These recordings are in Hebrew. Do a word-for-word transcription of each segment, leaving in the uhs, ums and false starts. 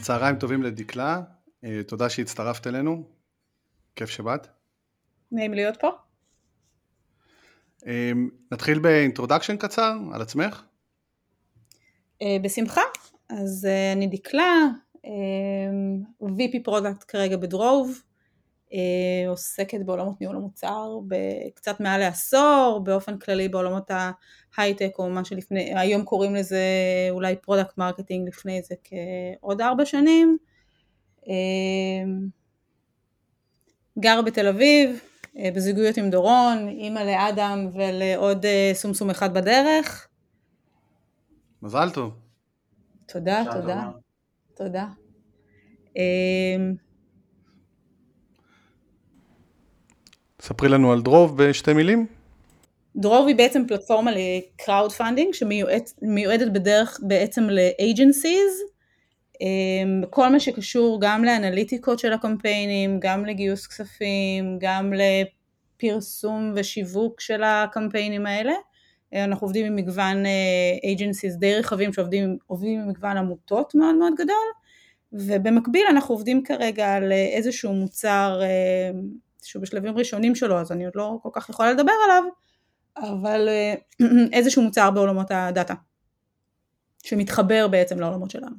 צהריים טובים לדקלה, תודה שהצטרפת אלינו, כיף שבאת. נעים להיות פה. נתחיל באינטרודקשן קצר על עצמך. בשמחה, אז אני דקלה, וי פי פרודקט כרגע בדרוב, עוסקת בעולמות ניהול המוצר בקצת מעל לעשור, באופן כללי בעולמות ההייטק או מה שלפני, היום קוראים לזה אולי פרודקט מרקטינג, לפני זה כעוד ארבע שנים. גר בתל אביב, בזוגיות עם דורון, אימא לאדם ולעוד סומסום אחד בדרך. מזל טוב. תודה, תודה, תודה. ספרי לנו על דרוב בשתי מילים. דרוב היא בעצם פלטפורמה לקראוד פנדינג, שמיועדת בדרך בעצם לאג'נסיז, כל מה שקשור גם לאנליטיקות של הקמפיינים, גם לגיוס כספים, גם לפרסום ושיווק של הקמפיינים האלה. אנחנו עובדים עם מגוון agencies די רחבים שעובדים עובדים עם מגוון עמותות מאוד מאוד גדול, ובמקביל אנחנו עובדים כרגע על איזשהו מוצר שהוא בשלבים ראשונים שלו, אז אני עוד לא כל כך יכולה לדבר עליו, אבל איזשהו מוצר בעולמות הדאטה, שמתחבר בעצם לעולמות שלנו.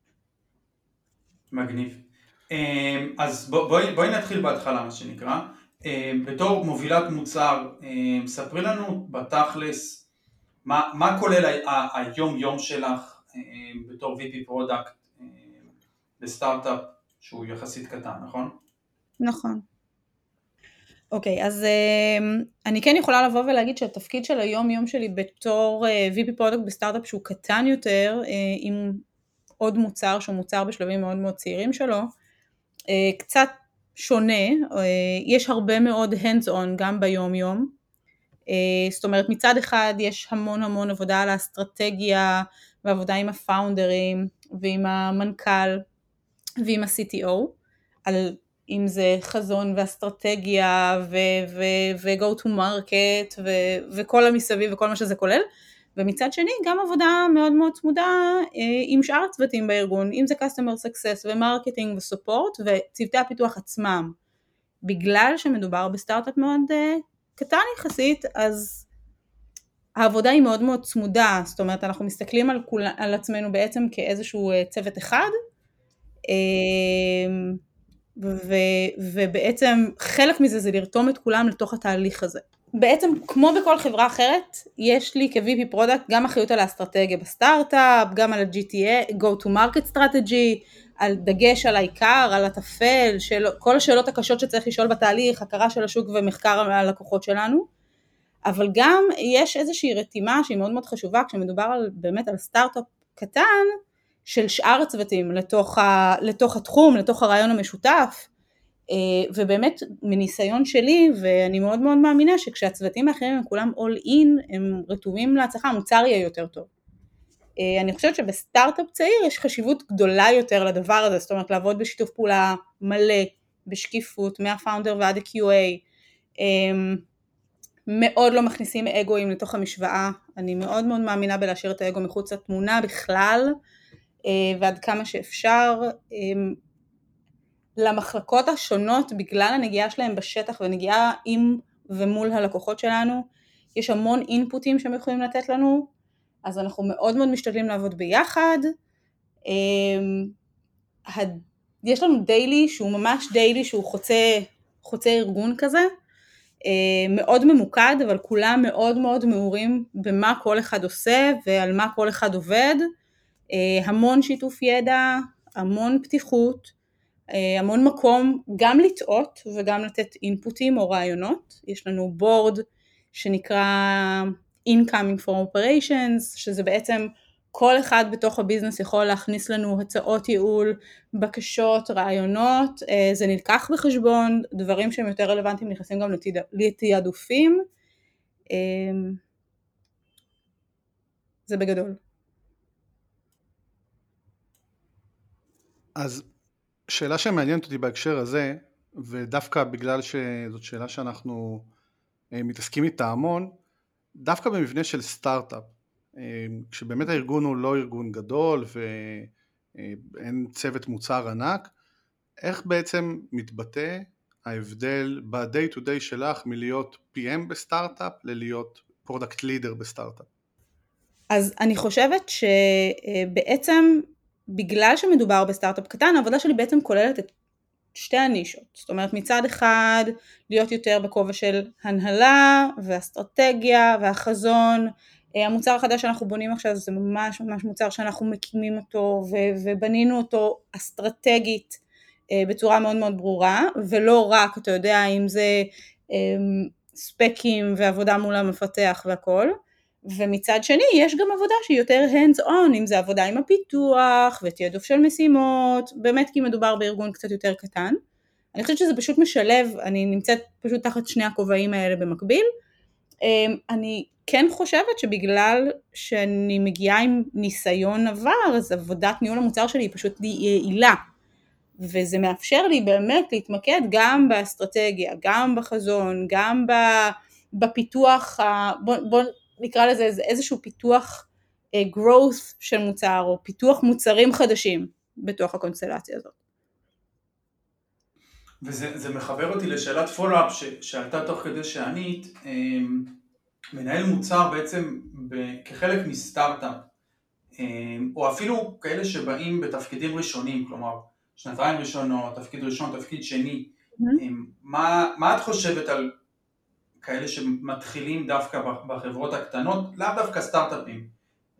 מגניב. אז בואי, בואי נתחיל בהתחלה מה שנקרא. בתור מובילת מוצר, ספרי לנו בתכלס, מה, מה כולל היום יום שלך בתור וי פי פרודקט בסטארט-אפ שהוא יחסית קטן, נכון? נכון. אוקיי, אז אני כן יכולה לבוא ולהגיד שהתפקיד של היום יום שלי בתור וי פי פרודקט בסטארט-אפ שהוא קטן יותר, עם עוד מוצר שהוא מוצר בשלבים מאוד מאוד צעירים שלו, קצת שונה, יש הרבה מאוד hands on גם ביום יום, זאת אומרת מצד אחד יש המון המון עבודה על האסטרטגיה ועבודה עם הפאונדרים ועם המנכ"ל ועם ה-סי טי או, על אם זה חזון ואסטרטגיה ו-go to market וכל המסביב וכל מה שזה כולל, ומצד שני גם עבודה מאוד מאוד צמודה עם שאר הצוותים בארגון, אם זה customer success ומרקטינג וסופורט וצוותי הפיתוח עצמם. בגלל שמדובר בסטארט-אפ מאוד קטן יחסית, אז העבודה היא מאוד מאוד צמודה, זאת אומרת אנחנו מסתכלים על, כול, על עצמנו בעצם כאיזשהו צוות אחד, ו, ובעצם חלק מזה זה לרתום את כולם לתוך התהליך הזה. בעצם כמו בכל חברה אחרת, יש לי כ-וי פי פרודקט גם אחריות על האסטרטגיה בסטארט-אפ, גם על ה-ג'י טי איי, go to market strategy, על דגש על העיקר, על התפל, של, כל השאלות הקשות שצריך לשאול בתהליך, הכרה של השוק ומחקר על הלקוחות שלנו, אבל גם יש איזושהי רתימה שהיא מאוד מאוד חשובה, כשמדובר על, באמת על סטארט-אפ קטן, של שאר הצוותים לתוך, ה, לתוך התחום, לתוך הרעיון המשותף, ובאמת מניסיון שלי, ואני מאוד מאוד מאמינה שכשהצוותים האחרים הם כולם all in, הם רטובים להצלחה, המוצר יהיה יותר טוב. אני חושבת שבסטארט-אפ צעיר יש חשיבות גדולה יותר לדבר הזה, זאת אומרת לעבוד בשיתוף פעולה מלא, בשקיפות, מהפאונדר ועד ה-קיו איי, מאוד לא מכניסים אגואים לתוך המשוואה, אני מאוד מאוד מאמינה בלהשאיר את האגו מחוץ לתמונה בכלל, ועד כמה שאפשר, למחלקות השונות, בגלל הנגיעה שלהם בשטח ונגיעה עם ומול הלקוחות שלנו, יש המון אינפוטים שהם יכולים לתת לנו, אז אנחנו מאוד מאוד משתדלים לעבוד ביחד. יש לנו דיילי שהוא ממש דיילי שהוא חוצה, חוצה ארגון כזה, מאוד ממוקד, אבל כולם מאוד מאוד מעורים במה כל אחד עושה ועל מה כל אחד עובד, המון שיתוף ידע, המון פתיחות, המון מקום גם לטעות וגם לתת אינפוטים או רעיונות. יש לנו בורד שנקרא Incoming for Operations, שזה בעצם כל אחד בתוך הביזנס יכול להכניס לנו הצעות ייעול, בקשות, רעיונות, זה נלקח בחשבון, דברים שהם יותר רלוונטיים נכנסים גם לתיעדופים, זה בגדול. אז שאלה שמעניינת אותי בהקשר הזה, ודווקא בגלל שזאת שאלה שאנחנו מתעסקים איתה המון, דווקא במבנה של סטארט-אפ, כשבאמת הארגון הוא לא ארגון גדול אין צוות מוצר ענק, איך בעצם מתבטא ההבדל ב-day to day שלך מלהיות פי אם בסטארט-אפ ללהיות פרודקט לידר בסטארט-אפ? אז אני חושבת שבעצם בגלל שמדובר בסטארט-אפ קטן, העבודה שלי בעצם כוללת את שתי הנישות. זאת אומרת, מצד אחד להיות יותר בכובע של הנהלה ואסטרטגיה והחזון. המוצר החדש שאנחנו בונים עכשיו זה ממש ממש מוצר שאנחנו מקימים אותו ובנינו אותו אסטרטגית בצורה מאוד מאוד ברורה, ולא רק, אתה יודע, אם זה ספקים ועבודה מול המפתח והכל. ומצד שני יש גם עבודה שהיא יותר hands on, אם זה עבודה עם הפיתוח ותיעדוף של משימות, באמת כי מדובר בארגון קצת יותר קטן. אני חושבת שזה פשוט משלב, אני נמצאת פשוט תחת שני הכובעים האלה במקביל. אני כן חושבת שבגלל שאני מגיעה עם ניסיון עבר, אז עבודת ניהול המוצר שלי היא פשוט יעילה, וזה מאפשר לי באמת להתמקד גם באסטרטגיה, גם בחזון, גם בפיתוח, בוא, בוא נקרא לזה איזשהו פיתוח uh, growth של מוצר, או פיתוח מוצרים חדשים בתוך הקונסטלציה הזאת. וזה זה מחבר אותי לשאלת פולו-אפ שעלתה תוך כדי שענית, מנהל מוצר בעצם כחלק מסטארט-אפ, או אפילו כאלה שבאים בתפקידים ראשונים, כלומר שנתיים ראשונות, תפקיד ראשון, תפקיד שני, mm-hmm. מה, מה את חושבת על כאלה שמתחילים דווקא בחברות הקטנות, לאו דווקא סטארט-אפים?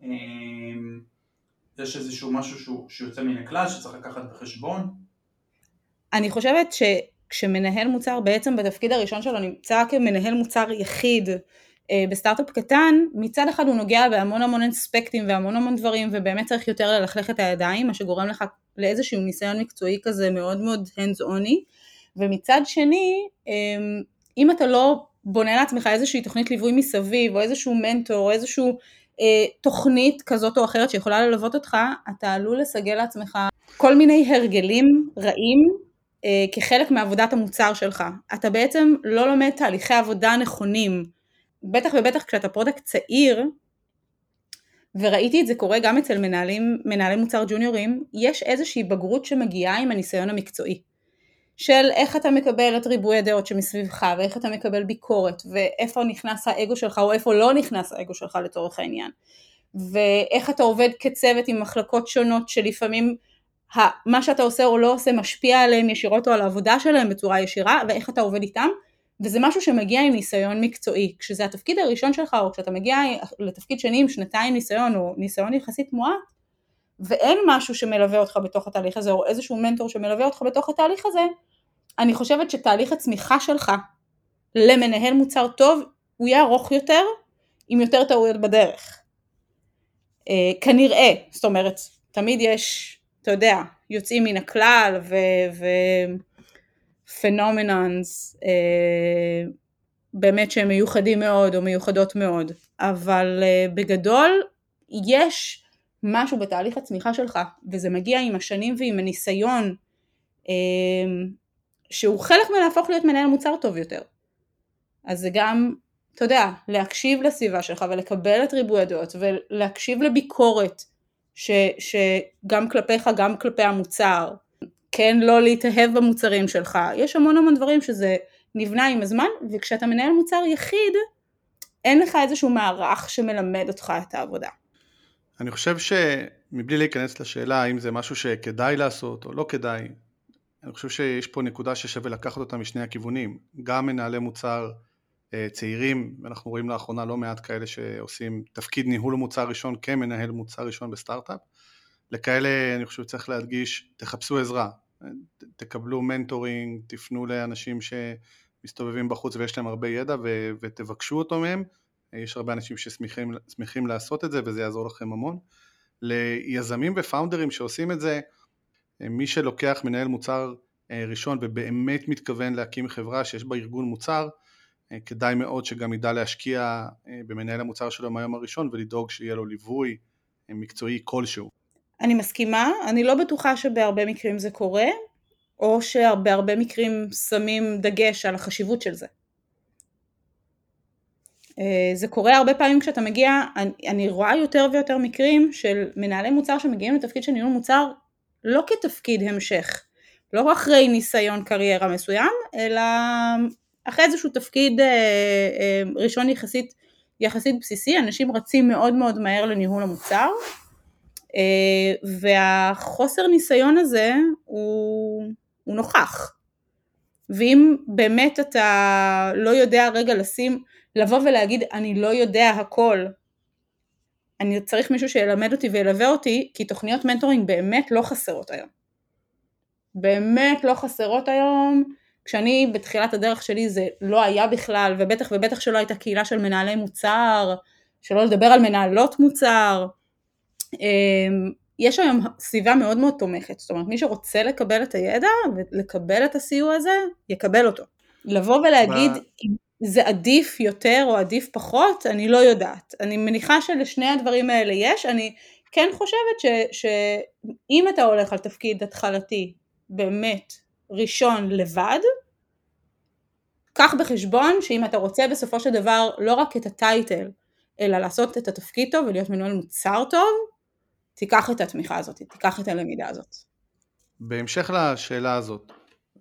יש איזשהו משהו שיוצא מן הכלל שצריך לקחת בחשבון? אני חושבת שכשמנהל מוצר בעצם בתפקיד הראשון שלו נמצא כמנהל מוצר יחיד בסטארט-אפ קטן, מצד אחד הוא נוגע בהמון המון אספקטים והמון המון דברים, ובאמת צריך יותר ללכלך את הידיים, מה שגורם לך לאיזשהו ניסיון מקצועי כזה מאוד מאוד hands-on'י, ומצד שני, אם אתה לא בונה לעצמך איזושהי תוכנית ליווי מסביב, או איזשהו מנטור, או איזשהו אה, תוכנית כזאת או אחרת שיכולה ללוות אותך, אתה עלול לסגל לעצמך כל מיני הרגלים רעים, אה, כחלק מעבודת המוצר שלך. אתה בעצם לא לומד תהליכי עבודה נכונים, בטח ובטח כשאתה פרודקט צעיר, וראיתי את זה קורה גם אצל מנהלים, מנהלי מוצר ג'וניורים, יש איזושהי בגרות שמגיעה עם הניסיון המקצועי. של איך אתה מקבל את ריבוי הדעות שמסביבך, ואיך אתה מקבל ביקורת, ואיפה נכנס האגו שלך, או איפה לא נכנס האגו שלך לצורך העניין, ואיך אתה עובד כצוות עם מחלקות שונות, שלפעמים מה שאתה עושה או לא עושה משפיע עליהם ישירות או על העבודה שלהם בצורה ישירה, ואיך אתה עובד איתם, וזה משהו שמגיע עם ניסיון מקצועי. כשזה התפקיד הראשון שלך, או כשאתה מגיע לתפקיד שני עם שנתיים ניסיון, או ניסיון יחסית מועט, ואין משהו שמלווה אותך בתוך התהליך הזה, או איזשהו מנטור שמלווה אותך בתוך התהליך הזה, אני חושבת שתהליך הצמיחה שלך למנהל מוצר טוב, הוא יהיה ארוך יותר, עם יותר טעויות בדרך. אה, כנראה, זאת אומרת, תמיד יש, אתה יודע, יוצאים מן הכלל, ופנומננס, אה, באמת שהם מיוחדים מאוד, או מיוחדות מאוד, אבל אה, בגדול, יש משהו בתהליך הצמיחה שלך, וזה מגיע עם השנים ועם הניסיון, אה, שהוא חלק מלהפוך להיות מנהל מוצר טוב יותר. אז זה גם, אתה יודע, להקשיב לסביבה שלך ולקבל את ריבוי הדעות ולהקשיב לביקורת ש, שגם כלפיך, גם כלפי המוצר. כן, לא להתאהב במוצרים שלך. יש המון המון דברים שזה נבנה עם הזמן, וכשאתה מנהל מוצר יחיד, אין לך איזשהו מערך שמלמד אותך את העבודה. אני חושב שמבלי להיכנס לשאלה האם זה משהו שכדאי לעשות או לא כדאי, אני חושב שיש פה נקודה ששווה לקחת אותה משני הכיוונים, גם מנהלי מוצר צעירים, ואנחנו רואים לאחרונה לא מעט כאלה שעושים תפקיד ניהול מוצר ראשון כמנהל מוצר ראשון בסטארט-אפ, לכאלה אני חושב שצריך להדגיש, תחפשו עזרה, תקבלו מנטורינג, תפנו לאנשים שמסתובבים בחוץ ויש להם הרבה ידע ו- ותבקשו אותו מהם, יש הרבה אנשים ששמחים לעשות את זה וזה יעזור לכם המון. ליזמים ופאונדרים שעושים את זה, מי שלוקח מנהל מוצר ראשון ובאמת מתכוון להקים חברה שיש בה ארגון מוצר, כדאי מאוד שגם ידע להשקיע במנהל המוצר שלו מהיום הראשון ולדאוג שיהיה לו ליווי מקצועי כלשהו. אני מסכימה, אני לא בטוחה שבהרבה מקרים זה קורה, או שבהרבה מקרים שמים דגש על החשיבות של זה. זה קורה הרבה פעמים כשאתה מגיע, אני, אני רואה יותר ויותר מקרים של מנהלי מוצר שמגיעים לתפקיד של ניהול מוצר לא כתפקיד המשך, לא אחרי ניסיון קריירה מסוים, אלא אחרי איזשהו תפקיד ראשון יחסית, יחסית בסיסי. אנשים רצים מאוד מאוד מהר לניהול המוצר, והחוסר ניסיון הזה הוא, הוא נוכח. ואם באמת אתה לא יודע רגע לשים, לבוא ולהגיד אני לא יודע הכל, אני צריך מישהו שילמד אותי וילווה אותי, כי תוכניות מנטורינג באמת לא חסרות היום. באמת לא חסרות היום. כשאני בתחילת הדרך שלי זה לא היה בכלל, ובטח ובטח שלא הייתה קהילה של מנהלי מוצר, שלא לדבר על מנהלות מוצר. יש היום סביבה מאוד מאוד תומכת, זאת אומרת מי שרוצה לקבל את הידע ולקבל את הסיוע הזה, יקבל אותו. לבוא ולהגיד אם זה עדיף יותר או עדיף פחות, אני לא יודעת. אני מניחה שלשני הדברים האלה יש, אני כן חושבת שאם אתה הולך על תפקיד התחלתי, באמת ראשון לבד, קח בחשבון שאם אתה רוצה בסופו של דבר לא רק את הטייטל, אלא לעשות את התפקיד טוב ולהיות מנהל מוצר טוב, תיקח את התמיכה הזאת, תיקח את הלמידה הזאת. בהמשך לשאלה הזאת,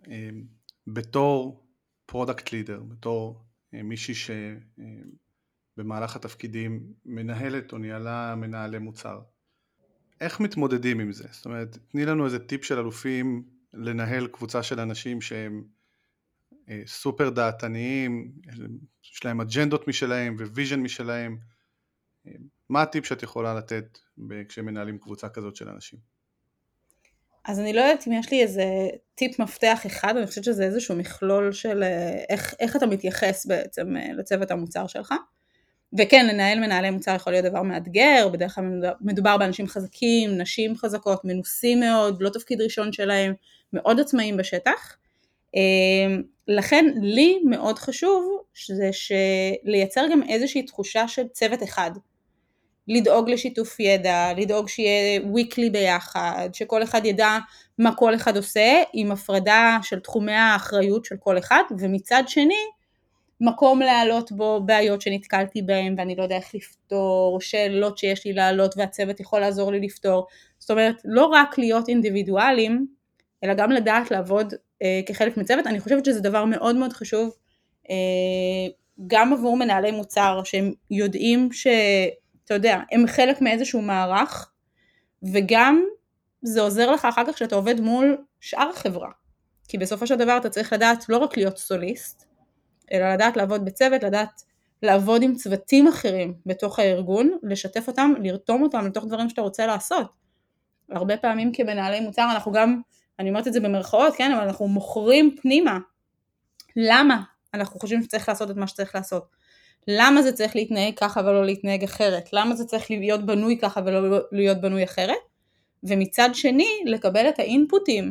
בתור פרודקט לידר, בתור מישהי שבמהלך התפקידים מנהלת או ניהלה מנהלי מוצר, איך מתמודדים עם זה? זאת אומרת, תני לנו איזה טיפ של אלופים לנהל קבוצה של אנשים שהם סופר דעתניים, יש להם אג'נדות משלהם וויז'ן משלהם. מה הטיפ שאת יכולה לתת כשמנהלים קבוצה כזאת של אנשים? אז אני לא יודעת אם יש לי איזה טיפ מפתח אחד, אני חושבת שזה איזשהו מכלול של איך, איך אתה מתייחס בעצם לצוות המוצר שלך. וכן, לנהל מנהלי מוצר יכול להיות דבר מאתגר, בדרך כלל מדובר באנשים חזקים, נשים חזקות, מנוסים מאוד, לא תפקיד ראשון שלהם, מאוד עצמאים בשטח. לכן לי מאוד חשוב שזה לייצר גם איזושהי תחושה של צוות אחד. לדאוג לשיתוף ידע, לדאוג שיהיה weekly ביחד, שכל אחד ידע מה כל אחד עושה, עם הפרדה של תחומי האחריות של כל אחד, ומצד שני, מקום להעלות בו בעיות שנתקלתי בהם, ואני לא יודע איך לפתור, שאלות שיש לי להעלות, והצוות יכול לעזור לי לפתור. זאת אומרת, לא רק להיות אינדיבידואלים, אלא גם לדעת לעבוד אה, כחלק מצוות. אני חושבת שזה דבר מאוד מאוד חשוב, אה, גם עבור מנהלי מוצר, שהם יודעים ש... אתה יודע, הם חלק מאיזשהו מערך, וגם זה עוזר לך אחר כך שאתה עובד מול שאר החברה. כי בסופו של דבר אתה צריך לדעת לא רק להיות סוליסט, אלא לדעת לעבוד בצוות, לדעת לעבוד עם צוותים אחרים בתוך הארגון, לשתף אותם, לרתום אותם לתוך דברים שאתה רוצה לעשות. הרבה פעמים כמנהלי מוצר אנחנו גם, אני אומרת את זה במרכאות, כן, אבל אנחנו מוכרים פנימה. למה אנחנו חושבים שצריך לעשות את מה שצריך לעשות? למה זה צריך להתנהג ככה ולא להתנהג אחרת? למה זה צריך להיות בנוי ככה ולא להיות בנוי אחרת? ומצד שני, לקבל את האינפוטים,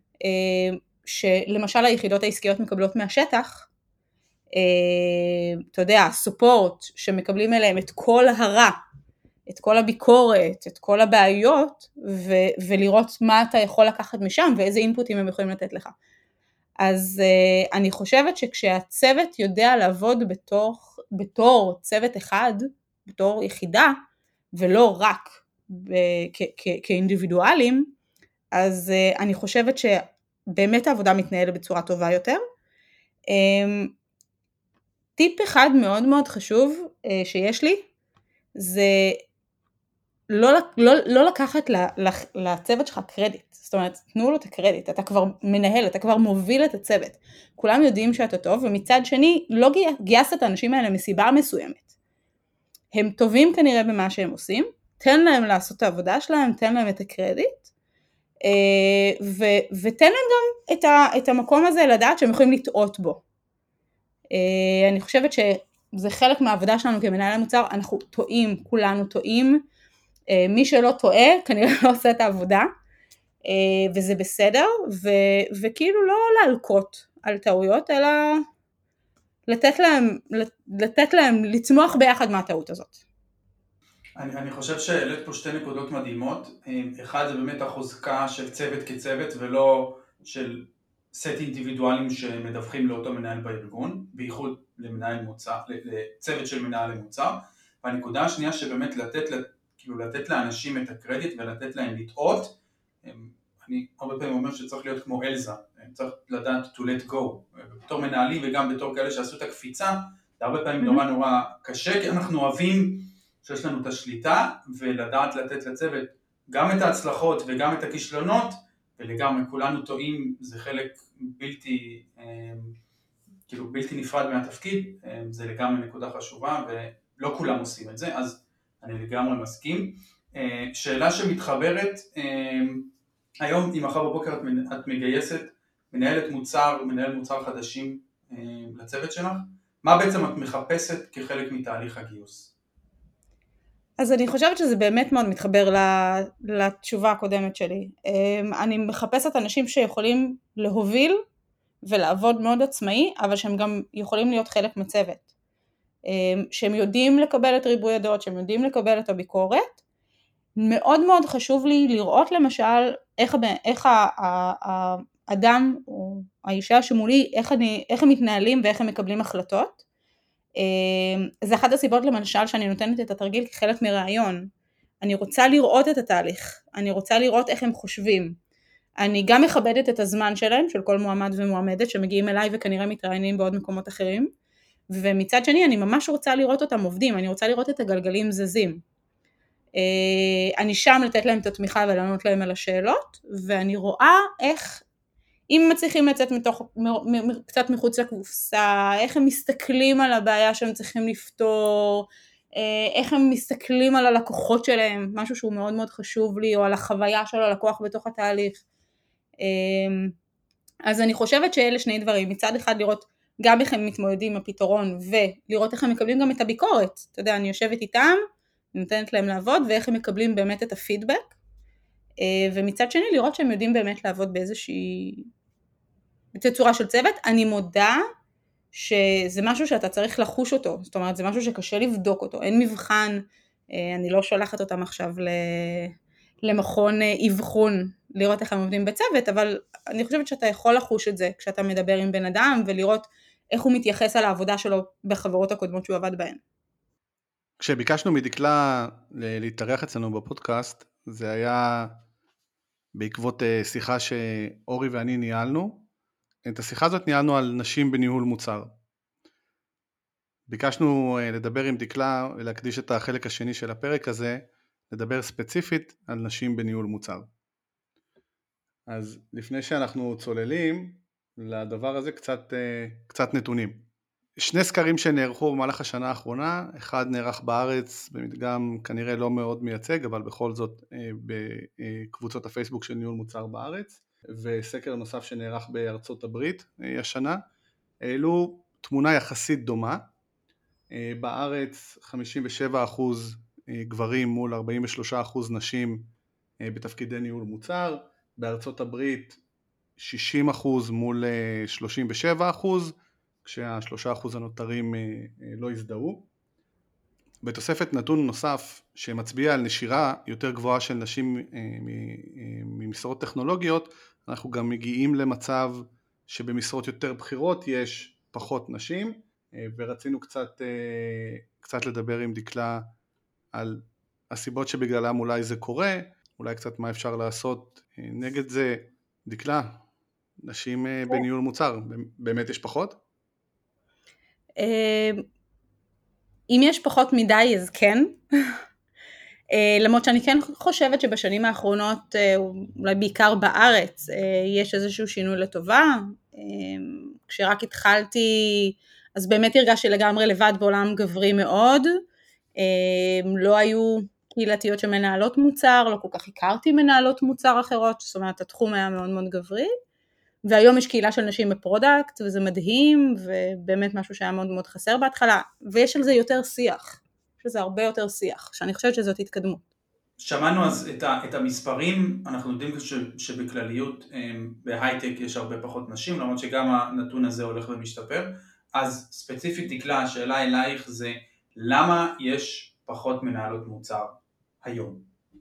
שלמשל היחידות העסקיות מקבלות מהשטח, אתה יודע, הסופורט שמקבלים אליהם את כל הרע, את כל הביקורת, את כל הבעיות, ו- ולראות מה אתה יכול לקחת משם, ואיזה אינפוטים הם יכולים לתת לך. אז uh, אני חושבת שכשהצוות יודע לעבוד בתוך, בתור צוות אחד, בתור יחידה, ולא רק ב- כ- כ- כאינדיבידואלים, אז uh, אני חושבת שבאמת העבודה מתנהלת בצורה טובה יותר. Um, טיפ אחד מאוד מאוד חשוב uh, שיש לי, זה לא, לא, לא לקחת לצוות שלך קרדיט. זאת אומרת, תנו לו את הקרדיט, אתה כבר מנהל, אתה כבר מוביל את הצוות. כולם יודעים שאתה טוב, ומצד שני, לא גייסת את האנשים האלה מסיבה מסוימת. הם טובים כנראה במה שהם עושים, תן להם לעשות את העבודה שלהם, תן להם את הקרדיט, ו- ותן להם גם את, ה- את המקום הזה לדעת שהם יכולים לטעות בו. אני חושבת שזה חלק מהעבודה שלנו כמנהלי מוצר, אנחנו טועים, כולנו טועים, מי שלא טועה כנראה לא עושה את העבודה, וזה בסדר, ו- וכאילו לא להלקות על טעויות, אלא לתת להם, לתת להם לצמוח ביחד מהטעות הזאת. אני, אני חושב שהעלית פה שתי נקודות מדהימות. אחד זה באמת החוזקה של צוות כצוות, ולא של סט אינדיבידואלים שמדווחים לאותו מנהל בארגון, בייחוד למנהל מוצר, לצוות של מנהל מוצר. והנקודה השנייה שבאמת לתת, כאילו לתת לאנשים את הקרדיט ולתת להם לטעות. אני הרבה פעמים אומר שצריך להיות כמו אלזה, צריך לדעת to let go, בתור מנהלים וגם בתור כאלה שעשו את הקפיצה, זה הרבה פעמים נורא נורא קשה, כי אנחנו אוהבים שיש לנו את השליטה, ולדעת לתת לצוות גם את ההצלחות וגם את הכישלונות, ולגמרי כולנו טועים, זה חלק בלתי, כאילו בלתי נפרד מהתפקיד, זה לגמרי נקודה חשובה, ולא כולם עושים את זה, אז אני לגמרי מסכים. שאלה שמתחברת, היום אם מחר בבוקר את מגייסת מנהלת מוצר, מנהל מוצר חדשים לצוות שלך, מה בעצם את מחפשת כחלק מתהליך הגיוס? אז אני חושבת שזה באמת מאוד מתחבר לתשובה הקודמת שלי. אני מחפשת אנשים שיכולים להוביל ולעבוד מאוד עצמאי, אבל שהם גם יכולים להיות חלק מצוות. שהם יודעים לקבל את ריבוי הדעות, שהם יודעים לקבל את הביקורת. מאוד מאוד חשוב לי לראות למשל איך, איך האדם או האישה שמולי, איך, אני, איך הם מתנהלים ואיך הם מקבלים החלטות. זה אחת הסיבות למשל שאני נותנת את התרגיל כחלק מרעיון. אני רוצה לראות את התהליך, אני רוצה לראות איך הם חושבים. אני גם מכבדת את הזמן שלהם, של כל מועמד ומועמדת שמגיעים אליי וכנראה מתראיינים בעוד מקומות אחרים, ומצד שני אני ממש רוצה לראות אותם עובדים, אני רוצה לראות את הגלגלים זזים. אני שם לתת להם את התמיכה ולענות להם על השאלות, ואני רואה איך, אם מצליחים לצאת מתוך, קצת מחוץ לקופסה, איך הם מסתכלים על הבעיה שהם צריכים לפתור, איך הם מסתכלים על הלקוחות שלהם, משהו שהוא מאוד מאוד חשוב לי, או על החוויה של הלקוח בתוך התהליך. אז אני חושבת שאלה שני דברים, מצד אחד לראות גם איך הם מתמודדים עם הפתרון, ולראות איך הם מקבלים גם את הביקורת. אתה יודע, אני יושבת איתם, נותנת להם לעבוד, ואיך הם מקבלים באמת את הפידבק, ומצד שני לראות שהם יודעים באמת לעבוד באיזושהי תצורה של צוות. אני מודה שזה משהו שאתה צריך לחוש אותו, זאת אומרת זה משהו שקשה לבדוק אותו, אין מבחן, אני לא שולחת אותם עכשיו למכון אבחון לראות איך הם עובדים בצוות, אבל אני חושבת שאתה יכול לחוש את זה כשאתה מדבר עם בן אדם, ולראות איך הוא מתייחס על העבודה שלו בחברות הקודמות שהוא עבד בהן. כשביקשנו מדקלה להתארח אצלנו בפודקאסט, זה היה בעקבות שיחה שאורי ואני ניהלנו. את השיחה הזאת ניהלנו על נשים בניהול מוצר. ביקשנו לדבר עם דקלה ולהקדיש את החלק השני של הפרק הזה, לדבר ספציפית על נשים בניהול מוצר. אז לפני שאנחנו צוללים לדבר הזה, קצת, קצת נתונים. שני סקרים שנערכו במהלך השנה האחרונה, אחד נערך בארץ במדגם כנראה לא מאוד מייצג, אבל בכל זאת בקבוצות הפייסבוק של ניהול מוצר בארץ, וסקר נוסף שנערך בארצות הברית השנה, העלו תמונה יחסית דומה, בארץ חמישים ושבעה אחוז גברים מול ארבעים ושלושה אחוז נשים בתפקידי ניהול מוצר, בארצות הברית שישים אחוז מול שלושים ושבעה אחוז, כשה-שלושה אחוז הנותרים לא הזדהו. בתוספת נתון נוסף שמצביע על נשירה יותר גבוהה של נשים ממשרות טכנולוגיות, אנחנו גם מגיעים למצב שבמשרות יותר בחירות יש פחות נשים, ורצינו קצת, קצת לדבר עם דקלה על הסיבות שבגללם אולי זה קורה, אולי קצת מה אפשר לעשות נגד זה. דקלה, נשים בניהול מוצר, באמת יש פחות? אם יש פחות מדי אז כן, למרות שאני כן חושבת שבשנים האחרונות, אולי בעיקר בארץ, יש איזשהו שינוי לטובה. כשרק התחלתי, אז באמת הרגשתי לגמרי לבד בעולם גברי מאוד, לא היו קהילתיות שמנהלות מוצר, לא כל כך הכרתי מנהלות מוצר אחרות, זאת אומרת התחום היה מאוד מאוד גברי, והיום יש קהילה של נשים בפרודקט, וזה מדהים, ובאמת משהו שהיה מאוד מאוד חסר בהתחלה, ויש על זה יותר שיח, יש על זה הרבה יותר שיח, שאני חושבת שזאת התקדמות. שמענו אז את, ה, את המספרים, אנחנו יודעים ש, שבכלליות בהייטק יש הרבה פחות נשים, למרות שגם הנתון הזה הולך ומשתפר, אז ספציפית דקלה, השאלה אלייך זה, למה יש פחות מנהלות מוצר היום?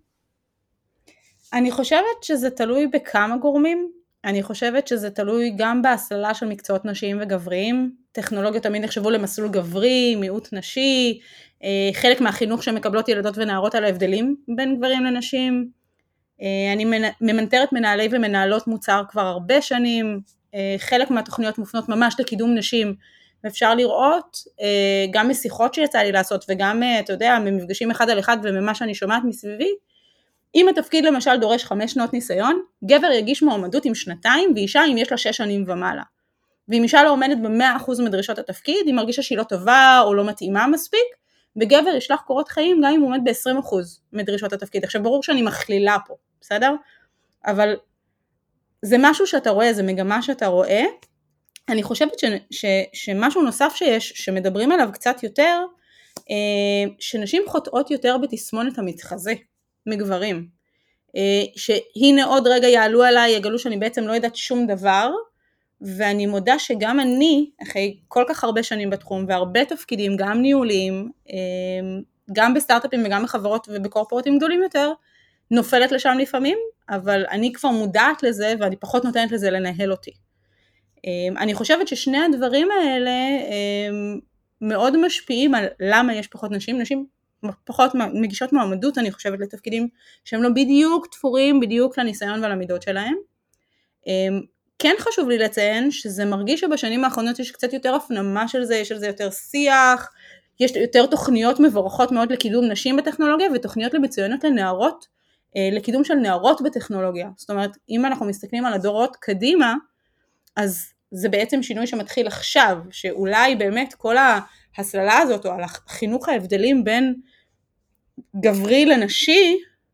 אני חושבת שזה תלוי בכמה גורמים, אני חושבת שזה תלוי גם בהסללה של מקצועות נשיים וגבריים, טכנולוגיות תמיד נחשבו למסלול גברי, מיעוט נשי, חלק מהחינוך שמקבלות ילדות ונערות על ההבדלים בין גברים לנשים, אני ממנטרת מנהלי ומנהלות מוצר כבר הרבה שנים, חלק מהתוכניות מופנות ממש לקידום נשים, ואפשר לראות גם משיחות שיצא לי לעשות, וגם, אתה יודע, ממפגשים אחד על אחד וממה שאני שומעת מסביבי, אם התפקיד למשל דורש חמש שנות ניסיון, גבר יגיש מועמדות עם שנתיים, ואישה אם יש לה שש שנים ומעלה. ואם אישה לא עומדת ב-מאה אחוז מדרישות התפקיד, היא מרגישה שהיא לא טובה או לא מתאימה מספיק, וגבר ישלח קורות חיים גם אם הוא עומד ב-עשרים אחוז מדרישות התפקיד. עכשיו ברור שאני מכלילה פה, בסדר? אבל זה משהו שאתה רואה, זה מגמה שאתה רואה. אני חושבת ש, ש, שמשהו נוסף שיש, שמדברים עליו קצת יותר, שנשים חוטאות יותר בתסמונת המתחזה מגברים. שהנה עוד רגע יעלו עליי, יגלו שאני בעצם לא יודעת שום דבר, ואני מודה שגם אני, אחרי כל כך הרבה שנים בתחום, והרבה תפקידים, גם ניהוליים, גם בסטארט-אפים וגם בחברות ובקורפורטים גדולים יותר, נופלת לשם לפעמים, אבל אני כבר מודעת לזה, ואני פחות נותנת לזה לנהל אותי. אני חושבת ששני הדברים האלה מאוד משפיעים על למה יש פחות נשים, נשים פחות מגישות מועמדות, אני חושבת, לתפקידים שהם לא בדיוק תפורים, בדיוק לניסיון ולמידות שלהם. כן חשוב לי לציין שזה מרגיש שבשנים האחרונות יש קצת יותר הפנמה של זה, יש על זה יותר שיח, יש יותר תוכניות מבורכות מאוד לקידום נשים בטכנולוגיה, ותוכניות למצוינות לנערות, לקידום של נערות בטכנולוגיה. זאת אומרת, אם אנחנו מסתכלים על הדורות קדימה, אז זה בעצם שינוי שמתחיל עכשיו, שאולי באמת כל ההסללה הזאת, או על החינוך ההבדלים בין גברי לנשי,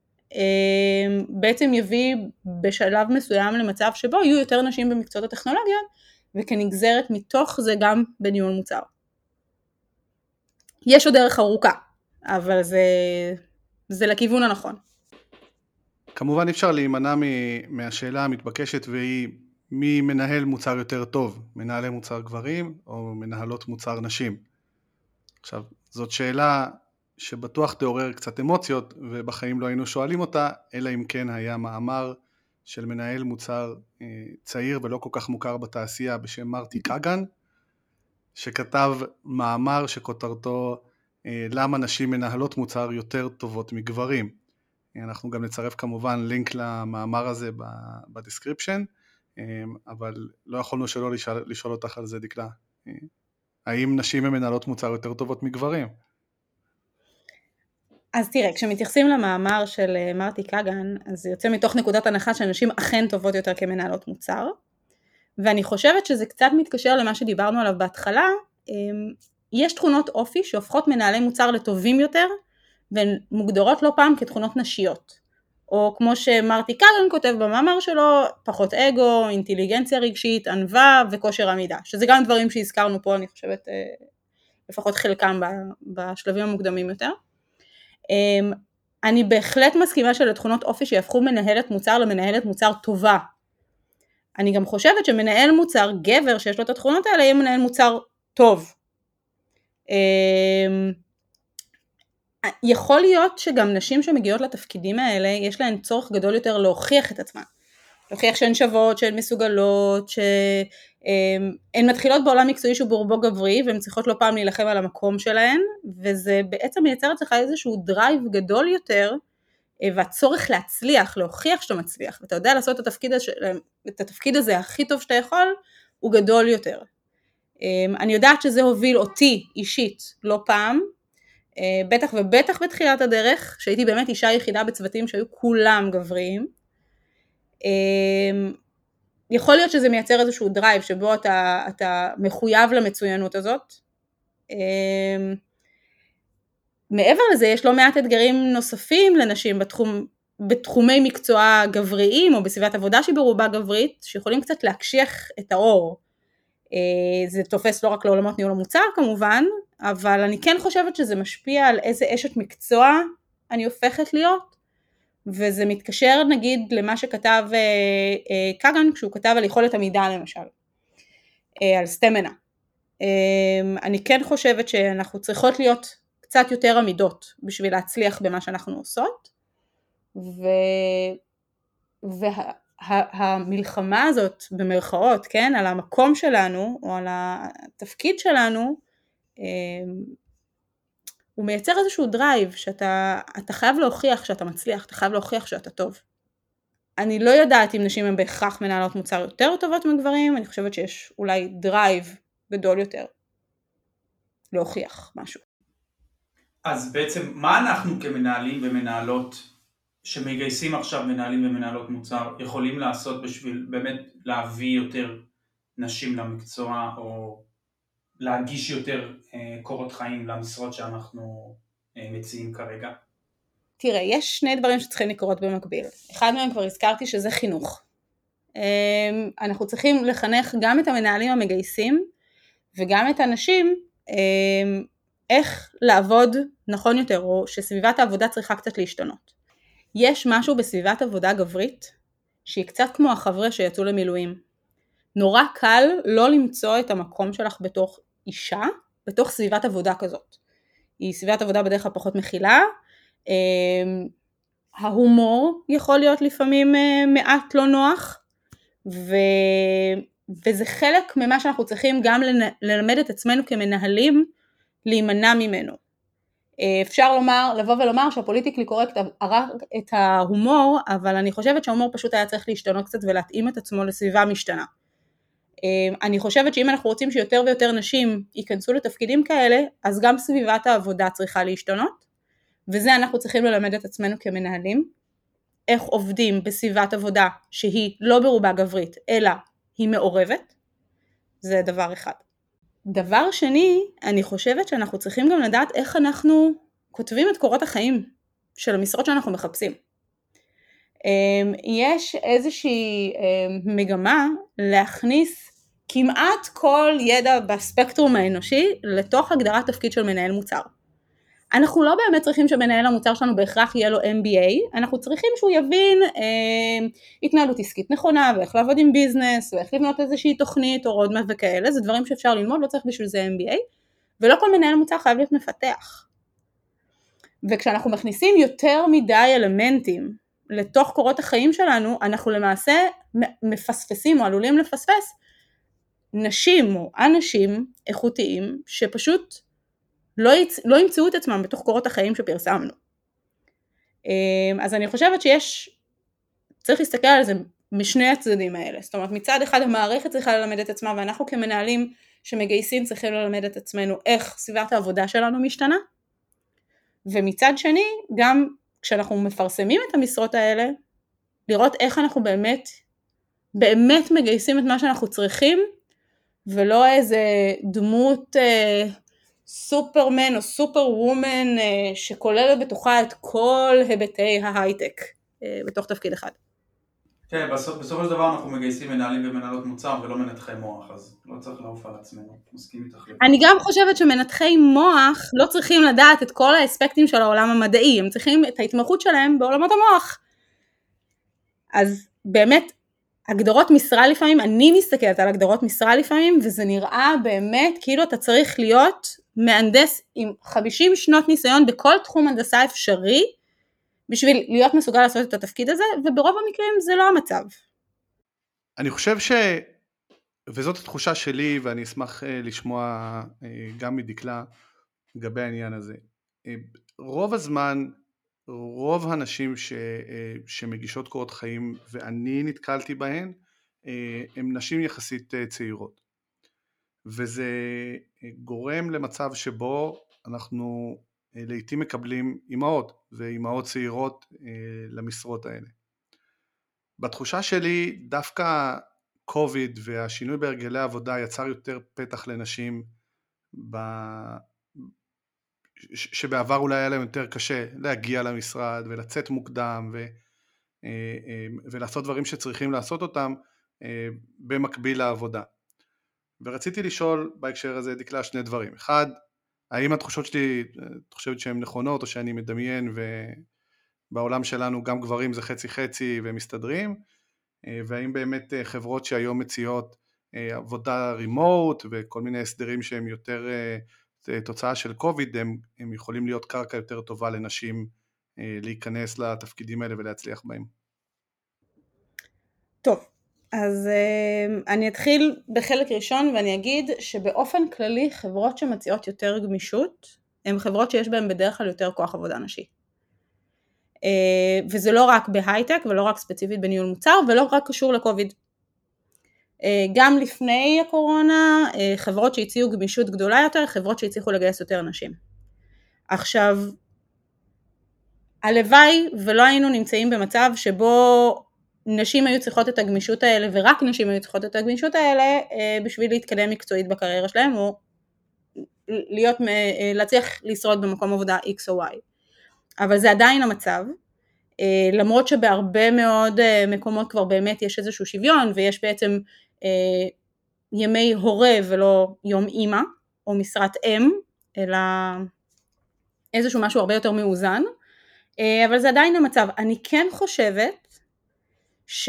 בעצם יביא בשלב מסוים למצב שבו יהיו יותר נשים במקצועות הטכנולוגיה, וכנגזרת מתוך זה גם בניהול מוצר. יש עוד דרך ארוכה, אבל זה, זה לכיוון הנכון. כמובן אפשר להימנע מהשאלה המתבקשת, והיא מי מנהל מוצר יותר טוב, מנהלי מוצר גברים או מנהלות מוצר נשים. עכשיו, זאת שאלה שבטוח תעורר קצת אמוציות, ובחיים לא היינו שואלים אותה, אלא אם כן היה מאמר של מנהל מוצר צעיר ולא כל כך מוכר בתעשייה בשם מרטי קאגן, שכתב מאמר שכותרתו למה נשים מנהלות מוצר יותר טובות מגברים. אנחנו גם נצרף כמובן לינק למאמר הזה בדסקריפשן, אבל לא יכולנו שלא לשאול, לשאול אותך על זה, דקלה. האם נשים מנהלות מוצר יותר טובות מגברים? אז תראה, כשמתייחסים למאמר של מרטי קאגן, אז זה יוצא מתוך נקודת הנחה שנשים אכן טובות יותר כמנהלות מוצר, ואני חושבת שזה קצת מתקשר למה שדיברנו עליו בהתחלה. יש תכונות אופי שהופכות מנהלי מוצר לטובים יותר, והן מוגדרות לא פעם כתכונות נשיות, או כמו שמרטי קאגן כותב במאמר שלו, פחות אגו, אינטליגנציה רגשית, ענווה וכושר עמידה, שזה גם דברים שהזכרנו פה, אני חושבת, לפחות חלקם בשלבים המוקדמים יותר. אני בהחלט מסכימה שלתכונות אופי שיהפכו מנהלת מוצר למנהלת מוצר טובה. אני גם חושבת שמנהל מוצר גבר שיש לו את התכונות האלה, יהיה מנהל מוצר טוב. יכול להיות שגם נשים שמגיעות לתפקידים האלה, יש להן צורך גדול יותר להוכיח את עצמן. להוכיח שהן שוות, שהן מסוגלות, שהן מתחילות בעולם מקצועי שהוא ברובו גברי, והן צריכות לא פעם להילחם על המקום שלהן, וזה בעצם מייצר אצלך איזשהו דרייב גדול יותר, והצורך להצליח, להוכיח שאתה מצליח, ואתה יודע לעשות את התפקיד, את התפקיד הזה הכי טוב שאתה יכול, הוא גדול יותר. אני יודעת שזה הוביל אותי אישית לא פעם, בטח ובטח בתחילת הדרך, שהייתי באמת אישה יחידה בצוותים שהיו כולם גבריים. יכול להיות שזה מייצר איזשהו דרייב שבו אתה, אתה מחויב למצוינות הזאת. מעבר לזה יש לא מעט אתגרים נוספים לנשים בתחום, בתחומי מקצוע גבריים או בסביבת עבודה שהיא ברובה גברית, שיכולים קצת להקשיח את האור. זה תופס לא רק לעולמות ניהול המוצר כמובן, אבל אני כן חושבת שזה משפיע על איזה אשת מקצוע אני הופכת להיות, וזה מתקשר נגיד למה שכתב קאגן כשהוא כתב על יכולת עמידה למשל, על סטמנה. אני כן חושבת שאנחנו צריכות להיות קצת יותר עמידות בשביל להצליח במה שאנחנו עושות, ו... והמלחמה הזאת במרכאות, כן, על המקום שלנו או על התפקיד שלנו, הוא מייצר איזשהו דרייב שאתה אתה חייב להוכיח שאתה מצליח, אתה חייב להוכיח שאתה טוב. אני לא יודעת אם נשים הן בהכרח מנהלות מוצר יותר טובות מגברים, אני חושבת שיש אולי דרייב גדול יותר להוכיח משהו. אז בעצם מה אנחנו כמנהלים ומנהלות שמגייסים עכשיו מנהלים ומנהלות מוצר יכולים לעשות בשביל באמת להביא יותר נשים למקצוע או להגיש יותר אה, קורות חיים למשרות שאנחנו אה, מציעים כרגע? תראה, יש שני דברים שצריכים לקרות במקביל. אחד מהם כבר הזכרתי שזה חינוך. אנחנו צריכים לחנך גם את המנהלים המגייסים וגם את הנשים איך לעבוד נכון יותר, או שסביבת העבודה צריכה קצת להשתנות. יש משהו בסביבת עבודה גברית שהיא קצת כמו החבר'ה שיצאו למילואים. נורא קל לא למצוא את המקום שלך בתוך אישה, בתוך סביבת עבודה כזאת. היא סביבת עבודה בדרך כלל פחות מכילה, ההומור יכול להיות לפעמים מעט לא נוח, ו... וזה חלק ממה שאנחנו צריכים גם ללמד את עצמנו כמנהלים להימנע ממנו. אפשר לומר, לבוא ולומר שהפוליטיקלי קורקט ערך את ההומור, אבל אני חושבת שההומור פשוט היה צריך להשתנות קצת ולהתאים את עצמו לסביבה משתנה. אני חושבת שאם אנחנו רוצים שיותר ויותר נשים ייכנסו לתפקידים כאלה, אז גם סביבת העבודה צריכה להשתנות, וזה אנחנו צריכים ללמד את עצמנו כמנהלים, איך עובדים בסביבת עבודה שהיא לא ברובה גברית, אלא היא מעורבת, זה דבר אחד. דבר שני, אני חושבת שאנחנו צריכים גם לדעת איך אנחנו כותבים את קורות החיים של המשרות שאנחנו מחפשים. יש איזושהי מגמה להכניס כמעט כל ידע בספקטרום האנושי לתוך הגדרת תפקיד של מנהל מוצר. אנחנו לא באמת צריכים שמנהל המוצר שלנו בהכרח יהיה לו אם בי איי, אנחנו צריכים שהוא יבין אה, התנהלות עסקית נכונה, ואיך לעבוד עם ביזנס, ואיך לבנות איזושהי תוכנית או רודמפ וכאלה, זה דברים שאפשר ללמוד, לא צריך בשביל זה אם בי איי, ולא כל מנהל מוצר חייב להיות מפתח. וכשאנחנו מכניסים יותר מדי אלמנטים לתוך קורות החיים שלנו, אנחנו למעשה מפספסים או עלולים לפספס נשים או אנשים איכותיים שפשוט לא, יצ... לא ימצאו את עצמם בתוך קורות החיים שפרסמנו. אז אני חושבת שיש, צריך להסתכל על זה משני הצדדים האלה. זאת אומרת, מצד אחד המערכת צריכה ללמד את עצמה, ואנחנו כמנהלים שמגייסים צריכים ללמד את עצמנו איך סביבת העבודה שלנו משתנה. ומצד שני, גם כשאנחנו מפרסמים את המשרות האלה, לראות איך אנחנו באמת, באמת מגייסים את מה שאנחנו צריכים, ולא איזה דמות אה, סופרמן או סופר וומן אה, שכוללת בתוכה את כל היבטי ההייטק אה, בתוך תפקיד אחד. כן, בסופ, בסופו של דבר אנחנו מגייסים מנהלים ומנהלות מוצר ולא מנתחי מוח, אז לא צריך לעוף על עצמנו, מסכים איתך. אני גם חושבת שמנתחי מוח לא צריכים לדעת את כל האספקטים של העולם המדעי, הם צריכים את ההתמחות שלהם בעולמות המוח. אז באמת, הגדרות משרה לפעמים, אני מסתכלת על הגדרות משרה לפעמים, וזה נראה באמת כאילו אתה צריך להיות מהנדס עם חמישים שנות ניסיון בכל תחום הנדסה אפשרי, בשביל להיות מסוגל לעשות את התפקיד הזה, וברוב המקרים זה לא המצב. אני חושב ש... וזאת התחושה שלי, ואני אשמח לשמוע גם מדקלה לגבי העניין הזה. רוב הזמן, רוב הנשים ש... שמגישות קורות חיים, ואני נתקלתי בהן, הן נשים יחסית צעירות. וזה גורם למצב שבו אנחנו לעתים מקבלים אימהות, ואימהות צעירות למשרות האלה. בתחושה שלי, דווקא קוביד והשינוי בהרגלי העבודה יצר יותר פתח לנשים, ב... שבעבר אולי היה להם יותר קשה להגיע למשרד ולצאת מוקדם ו... ולעשות דברים שצריכים לעשות אותם במקביל לעבודה. ורציתי לשאול בהקשר הזה דקלה שני דברים. אחד, האם התחושות שלי, את חושבת שהן נכונות או שאני מדמיין ובעולם שלנו גם גברים זה חצי חצי ומסתדרים, והאם באמת חברות שהיום מציעות עבודה רימוט וכל מיני הסדרים שהם יותר תוצאה של קוביד, הם, הם יכולים להיות קרקע יותר טובה לנשים להיכנס לתפקידים האלה ולהצליח בהם. טוב, אז אני אתחיל בחלק ראשון ואני אגיד שבאופן כללי חברות שמציעות יותר גמישות, הן חברות שיש בהן בדרך כלל יותר כוח עבודה נשי. וזה לא רק בהייטק ולא רק ספציפית בניהול מוצר ולא רק קשור לקוביד. גם לפני הקורונה, חברות שהציעו גמישות גדולה יותר, חברות שהצליחו לגייס יותר נשים. עכשיו, הלוואי ולא היינו נמצאים במצב שבו נשים היו צריכות את הגמישות האלה, ורק נשים היו צריכות את הגמישות האלה, בשביל להתקדם מקצועית בקריירה שלהם, או להיות, להצליח לשרוד במקום עבודה X או Y. אבל זה עדיין המצב, למרות שבהרבה מאוד מקומות כבר באמת יש איזשהו שוויון, ויש בעצם ימי הורה ולא יום אימא, או משרת אם, אלא איזשהו משהו הרבה יותר מאוזן, אבל זה עדיין המצב. אני כן חושבת ש...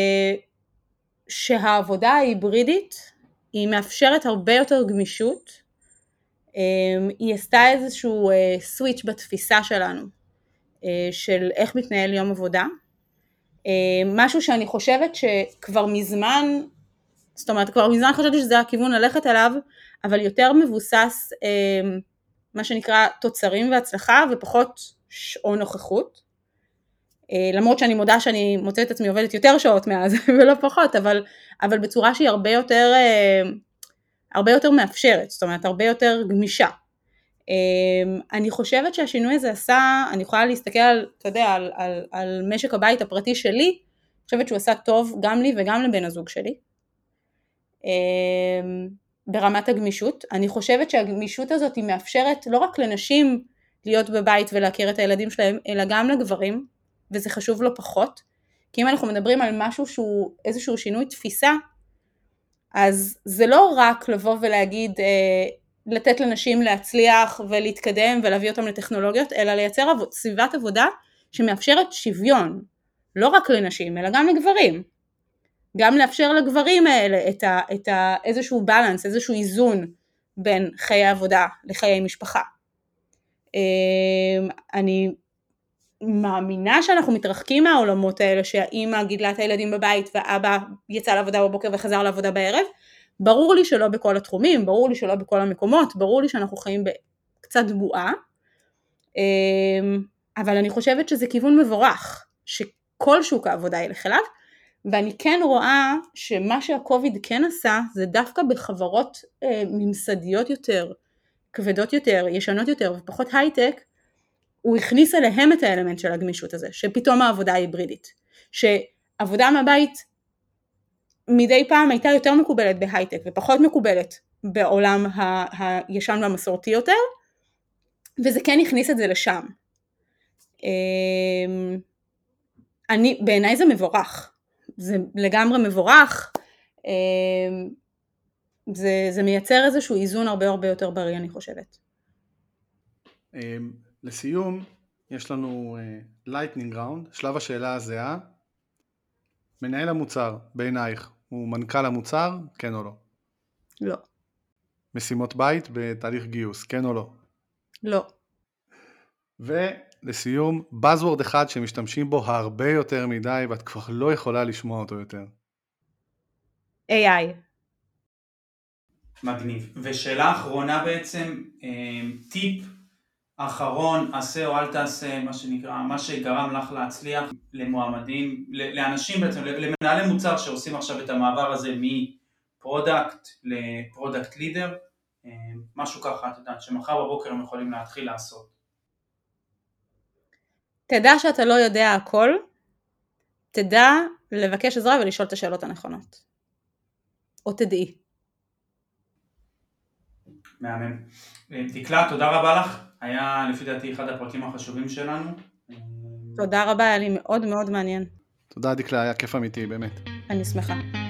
שהעבודה ההיברידית היא מאפשרת הרבה יותר גמישות, היא עשתה איזשהו סוויץ' בתפיסה שלנו, של איך מתנהל יום עבודה, משהו שאני חושבת שכבר מזמן, זאת אומרת כבר מזמן חשבתי שזה הכיוון ללכת אליו, אבל יותר מבוסס מה שנקרא תוצרים והצלחה ופחות שעון נוכחות, למרות שאני מודה שאני מוצאת את עצמי עובדת יותר שעות מאז ולא פחות, אבל, אבל בצורה שהיא הרבה יותר, הרבה יותר מאפשרת, זאת אומרת הרבה יותר גמישה. אני חושבת שהשינוי הזה עשה, אני יכולה להסתכל על, אתה יודע, על, על, על משק הבית הפרטי שלי, אני חושבת שהוא עשה טוב גם לי וגם לבן הזוג שלי, ברמת הגמישות. אני חושבת שהגמישות הזאת היא מאפשרת לא רק לנשים להיות בבית ולהכיר את הילדים שלהם, אלא גם לגברים, וזה חשוב לא פחות, כי אם אנחנו מדברים על משהו שהוא איזשהו שינוי תפיסה, אז זה לא רק לבוא ולהגיד, לתת לנשים להצליח ולהתקדם ולהביא אותם לטכנולוגיות, אלא לייצר סביבת עבודה שמאפשרת שוויון, לא רק לנשים, אלא גם לגברים. גם לאפשר לגברים האלה את, ה, את ה, איזשהו בלנס, איזשהו איזון בין חיי עבודה לחיי משפחה. אני מאמינה שאנחנו מתרחקים מהעולמות האלה, שהאמא גידלה את הילדים בבית והאבא יצא לעבודה בבוקר וחזר לעבודה בערב. ברור לי שלא בכל התחומים, ברור לי שלא בכל המקומות, ברור לי שאנחנו חיים בקצת בועה, אבל אני חושבת שזה כיוון מבורך, שכל שוק העבודה ילך אליו, ואני כן רואה שמה שהקוביד כן עשה, זה דווקא בחברות ממסדיות יותר, כבדות יותר, ישנות יותר ופחות הייטק, הוא הכניס אליהם את האלמנט של הגמישות הזה, שפתאום העבודה ההיברידית, שעבודה מהבית מדי פעם הייתה יותר מקובלת בהייטק, ופחות מקובלת בעולם ה- הישן והמסורתי יותר, וזה כן הכניס את זה לשם. אני, בעיניי זה מבורך, זה לגמרי מבורך, זה, זה מייצר איזשהו איזון הרבה הרבה יותר בריא, אני חושבת. לסיום, יש לנו lightning round, שלב השאלה הזהה, מנהל המוצר בעינייך הוא מנכ"ל המוצר, כן או לא? לא. משימות בית בתהליך גיוס, כן או לא? לא. ולסיום, buzzword אחד שמשתמשים בו הרבה יותר מדי ואת כבר לא יכולה לשמוע אותו יותר. איי איי. מגניב. ושאלה אחרונה בעצם, טיפ אחרון, עשה או אל תעשה, מה שנקרא, מה שגרם לך להצליח למועמדים, לאנשים בעצם, למנהלי מוצר שעושים עכשיו את המעבר הזה מפרודקט לפרודקט לידר, משהו ככה, אתה יודע, שמחר בבוקר הם יכולים להתחיל לעשות. תדע שאתה לא יודע הכל, תדע לבקש עזרה ולשאול את השאלות הנכונות. או תדעי. מהמם. דקלה, תודה רבה לך. היה לפי דעתי אחד הפרקים החשובים שלנו. תודה רבה, היה לי מאוד מאוד מעניין. תודה דקלה, היה כיף אמיתי, באמת. אני שמחה.